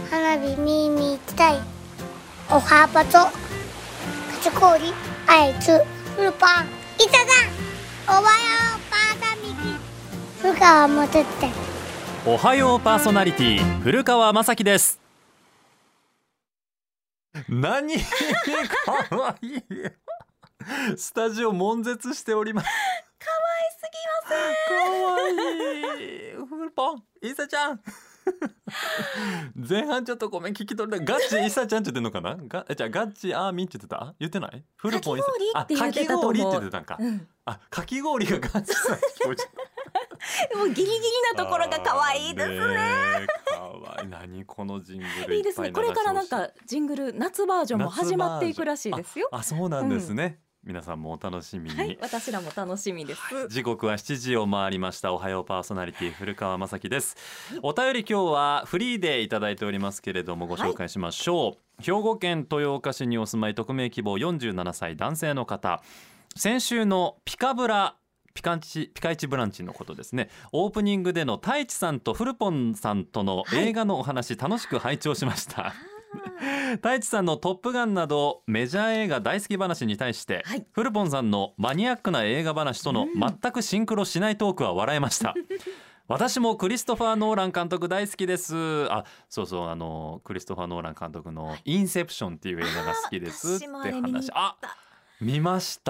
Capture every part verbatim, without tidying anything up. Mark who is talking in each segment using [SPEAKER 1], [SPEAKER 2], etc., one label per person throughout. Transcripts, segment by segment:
[SPEAKER 1] 花火見に行きたい。おはばとかちこおりあいつフルパンいただおはようパーサミキ古川もてって。
[SPEAKER 2] おはようパーソナリティ古川雅樹です。何かわいいスタジオ悶絶しております。
[SPEAKER 3] 可愛すぎません。
[SPEAKER 2] かわいいフルポンイサちゃん前半ちょっとごめん聞き取れない。ガッチイサちゃんって言ってんのかな。ガじゃあガッチアーミンって言ってた言ってない。フルポンイサ
[SPEAKER 3] かき氷って言ってたと思う。
[SPEAKER 2] あかき氷って言ってたんか、うん、あかき氷がガッチさん
[SPEAKER 3] もうギリギリなところが可愛いですね。
[SPEAKER 2] かわいい。何このジングル
[SPEAKER 3] いいですね。これからなんかジングル夏バージョンも始まっていくらしいですよ。
[SPEAKER 2] あ, あそうなんですね、うん、皆さんもお楽しみに、
[SPEAKER 3] はい、私らも楽しみです、
[SPEAKER 2] はい、時刻はしちじを回りました。おはようパーソナリティ古川雅樹です、はい、お便り今日はフリーでいただいておりますけれどもご紹介しましょう、はい、兵庫県豊岡市にお住まい匿名希望よんじゅうななさい男性の方。先週のピカブラピカンチピカイチブランチのことですね。オープニングでの太一さんとフルポンさんとの映画のお話、はい、楽しく拝聴しました太一さんのトップガンなどメジャー映画大好き話に対して、はい、フルポンさんのマニアックな映画話との全くシンクロしないトークは笑えました私もクリストファー・ノーラン監督大好きです。あ、そうそう、あのクリストファー・ノーラン監督のインセプションっていう映画が好きですって話。あ見ました。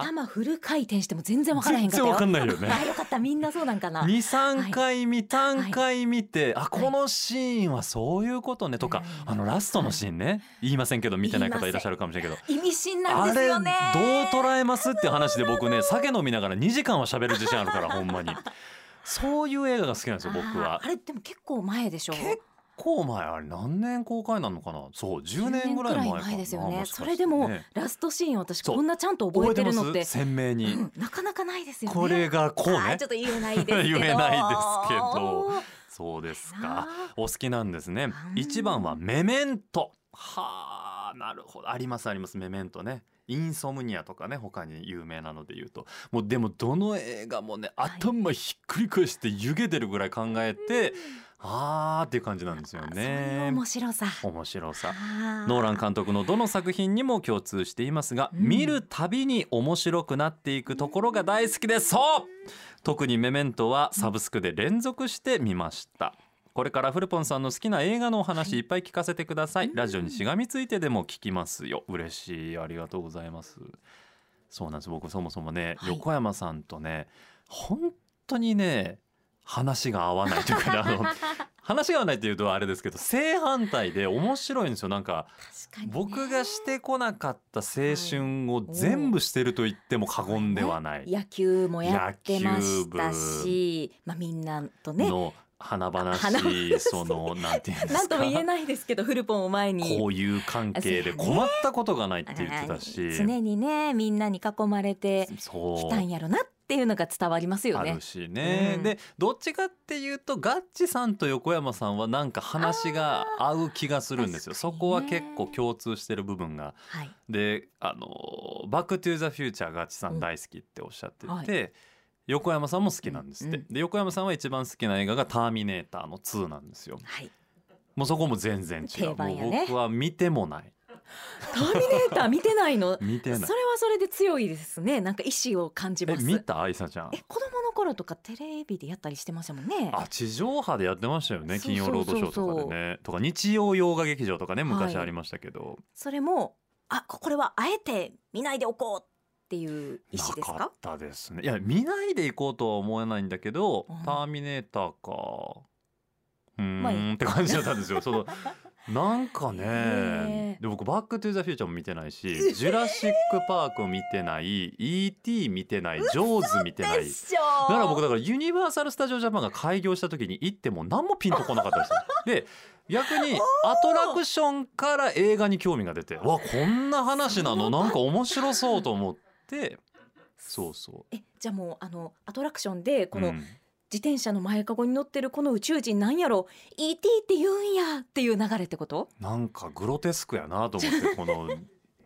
[SPEAKER 3] 頭フル回転しても全然わからへんかったよ。
[SPEAKER 2] 全然わかんないよね
[SPEAKER 3] あよかった、みんなそうなんかな。
[SPEAKER 2] にさんかい見、さんかい見て、
[SPEAKER 3] はい、
[SPEAKER 2] あこのシーンはそういうことねとか、はい、あのラストのシーンね、はい、言いませんけど見てない方いらっしゃるかもしれないけ
[SPEAKER 3] ど意味深なんですよね。
[SPEAKER 2] あれどう捉えますっていう話で僕ね酒飲みながらにじかんは喋る自信あるからほんまにそういう映画が好きなんですよ僕は。
[SPEAKER 3] あれでも結構前でしょ。
[SPEAKER 2] 結構前。あれ何年公開なのかな。そうじゅうねんぐらい前かな。
[SPEAKER 3] 前ですよね。
[SPEAKER 2] ね
[SPEAKER 3] それでもラストシーン私こんなちゃんと覚えてるのって
[SPEAKER 2] 鮮明に、うん、
[SPEAKER 3] なかなかないですよね。
[SPEAKER 2] これがこうね
[SPEAKER 3] ちょっと言えないですけど
[SPEAKER 2] 言えないですけどそうですか。お好きなんですね。いちばんはメメント。はあなるほど。ありますありますメメントね。インソムニアとかね他に有名なので言うともうでもどの映画もね頭ひっくり返して湯気出るぐらい考えて、あーっていう感じなんですよね。
[SPEAKER 3] そういう面白さ
[SPEAKER 2] 面白さノーラン監督のどの作品にも共通していますが、うん、見るたびに面白くなっていくところが大好きです。そう特にメメントはサブスクで連続して見ました。これからフルポンさんの好きな映画のお話いっぱい聞かせてください、はい、ラジオにしがみついてでも聞きますよ。嬉しい、ありがとうございます。そうなんです。僕そもそもね、はい、横山さんとね本当にね話が合わないというか、ね、あの話が合わないっていうとあれですけど正反対で面白いんですよ。なんか僕がしてこなかった青春を全部してると言っても過言ではない、
[SPEAKER 3] ね、野球もやってましたし、まあ、みんなとね
[SPEAKER 2] の華々しいそのなんていうんですか
[SPEAKER 3] なんとも言えないですけどフルポンを前に
[SPEAKER 2] こういう関係で困ったことがないって言ってたし、
[SPEAKER 3] 常にねみんなに囲まれてきたんやろなっていうのが伝わりますよね。
[SPEAKER 2] あるしね、うん、でどっちかっていうとガッチさんと横山さんはなんか話が合う気がするんですよ。そこは結構共通してる部分が、はい、であのバックトゥーザフューチャーガッチさん大好きっておっしゃってて、うんはい横山さんも好きなんですって、うんうん、で横山さんは一番好きな映画がターミネーターのツーなんですよ、はい、もうそこも全然違う、ね、もう僕は見てもない
[SPEAKER 3] ターミネーター見てないの
[SPEAKER 2] 見てない。
[SPEAKER 3] それはそれで強いですね。なんか意志を感じます。
[SPEAKER 2] え見た愛さちゃん。
[SPEAKER 3] え子供の頃とかテレビでやったりしてましたもんね。
[SPEAKER 2] あ地上波でやってましたよね。金曜ロードショーとかでねとか日曜洋画劇場とかね昔ありましたけど、はい、
[SPEAKER 3] それもあこれはあえて見ないでおこうっていう意思ですか？
[SPEAKER 2] なかったですね。いや見ないでいこうとは思えないんだけど、うん、ターミネーターかうーん、まあ、って感じだったんですよそのなんかねで僕バックトゥザフューチャーも見てないしジュラシックパーク見てない イーティー 見てないジョーズ見てない。だから僕だからユニバーサル・スタジオ・ジャパンが開業した時に行っても何もピンとこなかったですで逆にアトラクションから映画に興味が出てわこんな話なのなんか面白そうと思ってそうそう
[SPEAKER 3] えじゃあもうあのアトラクションでこの、うん自転車の前かごに乗ってるこの宇宙人なんやろ イーティー って言うんやっていう流れってこと？
[SPEAKER 2] なんかグロテスクやなと思ってこの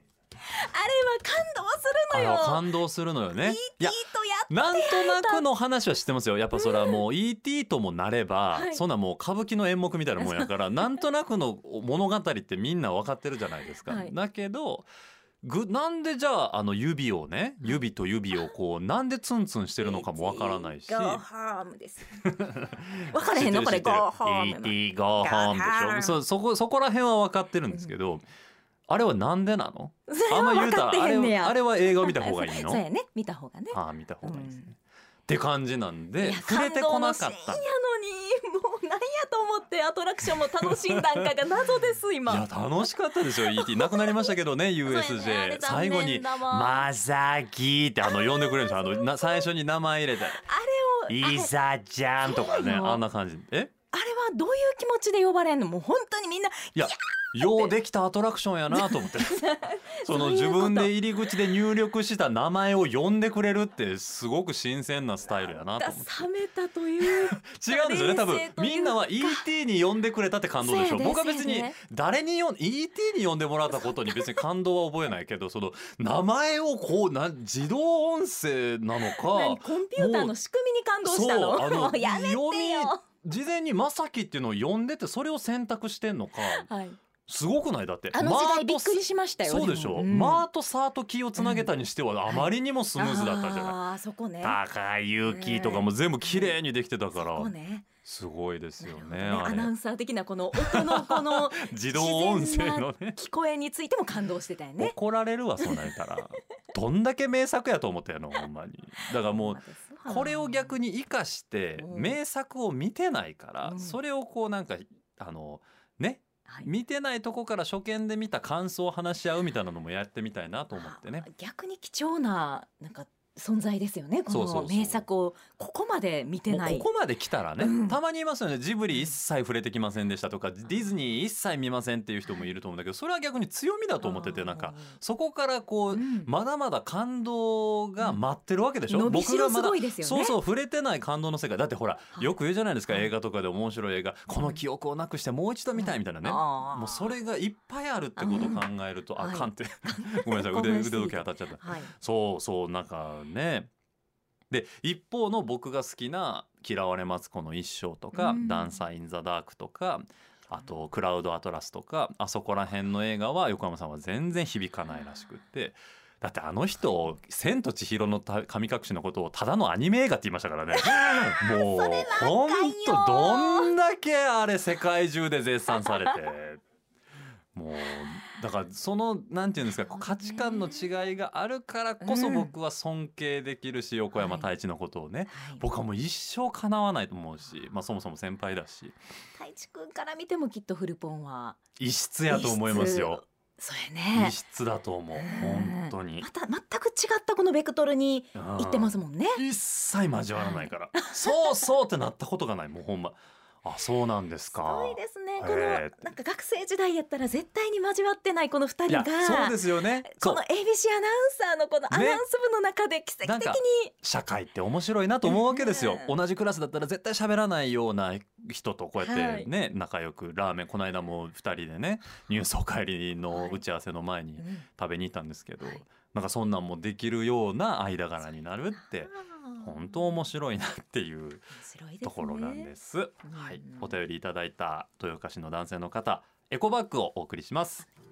[SPEAKER 3] 感動す
[SPEAKER 2] あれ
[SPEAKER 3] るのよ。
[SPEAKER 2] は感動するのよね。
[SPEAKER 3] イーティー とやって
[SPEAKER 2] なんとなくの話は知ってますよ。やっぱそれはもう イーティー ともなれば、
[SPEAKER 3] はい
[SPEAKER 2] そんなもう歌舞伎の演目みたいなもんやからなんとなくの物語ってみんな分かってるじゃないですか、
[SPEAKER 3] はい
[SPEAKER 2] だけどぐなんでじゃああの指をね指と指をこうなんでツンツンしてるのかも分からないし
[SPEAKER 3] ゴーホームです分からへんのこれゴーホーム
[SPEAKER 2] イーティー ゴーホームでしょ。そそこそこら辺は分かってるんですけど、あれはなんでなの？
[SPEAKER 3] それは分かってへんねや。
[SPEAKER 2] あれはあれは映画を見た方がいいの？
[SPEAKER 3] そうやね、見た方がね。
[SPEAKER 2] ああ見た方がいいですね、
[SPEAKER 3] うん
[SPEAKER 2] って感じなん
[SPEAKER 3] い
[SPEAKER 2] で
[SPEAKER 3] や
[SPEAKER 2] 触れてこなかった。
[SPEAKER 3] 感動のシーンやのにもう何やと思ってアトラクションも楽しんだんかが謎です今。
[SPEAKER 2] いや楽しかったですよ イーティー なくなりましたけどね ユーエスジェー、
[SPEAKER 3] そうやねあれ
[SPEAKER 2] 最後に
[SPEAKER 3] 残念だわ
[SPEAKER 2] まさきってあの呼んでくれるんですよ。あのな最初に名前入れて
[SPEAKER 3] あれをあれ
[SPEAKER 2] いざちゃんとかね
[SPEAKER 3] そうなの
[SPEAKER 2] あんな感じえ
[SPEAKER 3] あれはどういう気持ちで呼ばれんの？もう本当にみんない
[SPEAKER 2] やようできたアトラクションやなと思ってその自分で入り口で入力した名前を呼んでくれるってすごく新鮮なスタイルやなと思って。
[SPEAKER 3] 冷めたという
[SPEAKER 2] 違うんですよね多分
[SPEAKER 3] 冷静というか
[SPEAKER 2] みんなは イーティー に呼んでくれたって感動でしょ。
[SPEAKER 3] そうやで
[SPEAKER 2] 僕は別に
[SPEAKER 3] そうやで
[SPEAKER 2] 誰によ イーティー に呼んでもらったことに別に感動は覚えないけどその名前をこうな自動音声なの
[SPEAKER 3] 何
[SPEAKER 2] か
[SPEAKER 3] コンピューターの仕組みに感動したの？
[SPEAKER 2] そうあの
[SPEAKER 3] もうやめてよ。
[SPEAKER 2] 読み事前にまさきっていうのを呼んでてそれを選択してんのか
[SPEAKER 3] はい、
[SPEAKER 2] すごくない？だって
[SPEAKER 3] あの時
[SPEAKER 2] マーと
[SPEAKER 3] 代びっくりしましたよ。
[SPEAKER 2] そうでしょ、
[SPEAKER 3] もん
[SPEAKER 2] マーとサーとキーをつなげたにしてはあまりにもスムーズだったじゃない、
[SPEAKER 3] あーそこね。
[SPEAKER 2] 高い雪とかも全部綺麗にできてたから、
[SPEAKER 3] そこね。
[SPEAKER 2] すごいですよね
[SPEAKER 3] なるほどね
[SPEAKER 2] あれ
[SPEAKER 3] アナウンサー的なこの音のこの
[SPEAKER 2] 自動音声のね
[SPEAKER 3] 聞こえについても感動してたよね。
[SPEAKER 2] 怒られるわそんなん言ったらどんだけ名作やと思ったやのほんまに。だからもうこれを逆に生かして
[SPEAKER 3] うん
[SPEAKER 2] 名作を見てないから、
[SPEAKER 3] うん
[SPEAKER 2] それをこうなんかあのね
[SPEAKER 3] はい
[SPEAKER 2] 見てないとこから初見で見た感想を話し合うみたいなのもやってみたいなと思ってね
[SPEAKER 3] あ。逆に貴重ななんか存在ですよね。こ
[SPEAKER 2] そうそうそう
[SPEAKER 3] の名作をここまで見て
[SPEAKER 2] もう
[SPEAKER 3] ない。
[SPEAKER 2] ここまで来たらね、
[SPEAKER 3] うん
[SPEAKER 2] たまにいますよね。ジブリ一切触れてきませんでしたとかディズニー一切見ませんっていう人もいると思うんだけどそれは逆に強みだと思っててなんかそこからこう、
[SPEAKER 3] うん
[SPEAKER 2] まだまだ感動が待ってるわけでしょ、
[SPEAKER 3] 伸びしろ
[SPEAKER 2] 僕がまだ
[SPEAKER 3] すごいですよね。
[SPEAKER 2] そうそう触れてない感動の世界だってほら
[SPEAKER 3] い
[SPEAKER 2] よく言うじゃないですか、
[SPEAKER 3] はい
[SPEAKER 2] 映画とかで面白い映画この記憶をなくしてもう一度見たいみたいなね、
[SPEAKER 3] あー
[SPEAKER 2] もうそれがいっぱいあるってことを考えると、
[SPEAKER 3] うん
[SPEAKER 2] あかんってごめんなさい腕腕時計当たっちゃった
[SPEAKER 3] はい。
[SPEAKER 2] そうそうなんかねで一方の僕が好きな「嫌われマツコの一生」とか「
[SPEAKER 3] うん
[SPEAKER 2] ダンサー・イン・ザ・ダーク」とかあと「クラウド・アトラス」とかあそこら辺の映画は横山さんは全然響かないらしくってだってあの人「千と千尋の神隠し」のことをただのアニメ映画って言いましたからねもうほんとどんだけあれ世界中で絶賛されてもうだからそのなんていうんですか価値観の違いがあるからこそ僕は尊敬できるし横山太一のことをね
[SPEAKER 3] はい
[SPEAKER 2] 僕はもう一生かなわないと思うし、まあ、そもそも先輩だし
[SPEAKER 3] 太一くんから見てもきっとフルポンは
[SPEAKER 2] 異質やと思いますよ。
[SPEAKER 3] そうやね
[SPEAKER 2] 異。質だと思う
[SPEAKER 3] うん
[SPEAKER 2] 本当に
[SPEAKER 3] また全く違ったこのベクトルに行ってますもんね。
[SPEAKER 2] 一切交わらないからそうそうってなったことがないもうほんまあそうなんです
[SPEAKER 3] す
[SPEAKER 2] か。
[SPEAKER 3] ごいですね。
[SPEAKER 2] へ
[SPEAKER 3] この
[SPEAKER 2] ー
[SPEAKER 3] なんか学生時代やったら絶対に交わってないこの二
[SPEAKER 2] いや
[SPEAKER 3] 人が
[SPEAKER 2] そうですよね。そう
[SPEAKER 3] この エービーシー アナウンサーのこのアナウンス部の中で奇跡的
[SPEAKER 2] なんか
[SPEAKER 3] に
[SPEAKER 2] 社会って面白いなと思うわけですよ、
[SPEAKER 3] うん
[SPEAKER 2] 同じクラスだったら絶対喋らないような人とこうやってね、
[SPEAKER 3] はい
[SPEAKER 2] 仲良くラーメンこの間もふたりでねニュースお帰りの打ち合わせの前に
[SPEAKER 3] うん
[SPEAKER 2] 食べに行ったんですけど、
[SPEAKER 3] はい
[SPEAKER 2] なんかそんなんもできるような間柄になるって本当面白いなっていう
[SPEAKER 3] 面白いですね
[SPEAKER 2] ところなんです、
[SPEAKER 3] ん
[SPEAKER 2] はい、お便りいただいた豊岡市の男性の方エコバッグをお送りします。